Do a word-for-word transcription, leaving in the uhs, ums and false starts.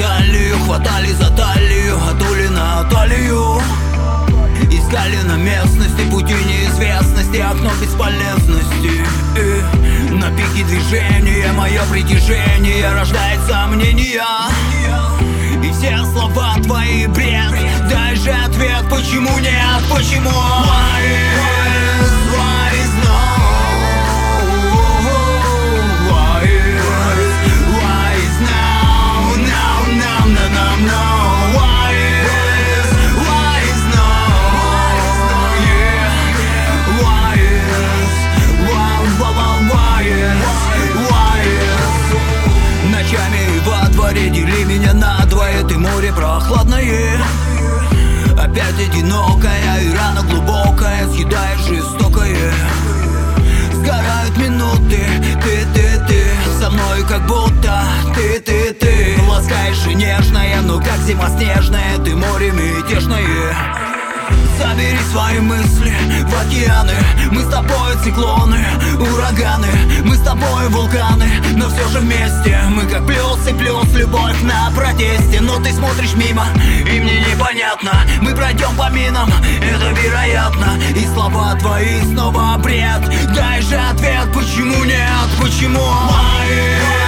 талию, хватали за талию, а дули на талию. Искали на местности пути неизвестности, окно бесполезности. И на пике движения мое притяжение рождает сомнения. И все слова твои бред. Дай же ответ, почему нет, почему? Why is, why is no? Why is, why is now, now, now, now, now, now? Why is, why is no? Yeah. Why is, why, why, why is, why is? Ночами во дворе дели меня надвое, ты море прохладное. Опять одинокая и рана глубокая, съедает жестокое. Сгорают минуты, ты, ты, ты со мной как будто ты, ты, ты ласкаешь и нежная, но как зима снежная, ты море мятежное. Забери свои мысли в океаны. Мы с тобой циклоны, ураганы. Мы с тобой вулканы, но все же вместе. Мы как плюс и плюс, любовь на протесте. Но ты смотришь мимо, и мне непонятно. Мы пройдем по минам, это вероятно. И слова твои снова бред. Дай же ответ, почему нет, почему? Why?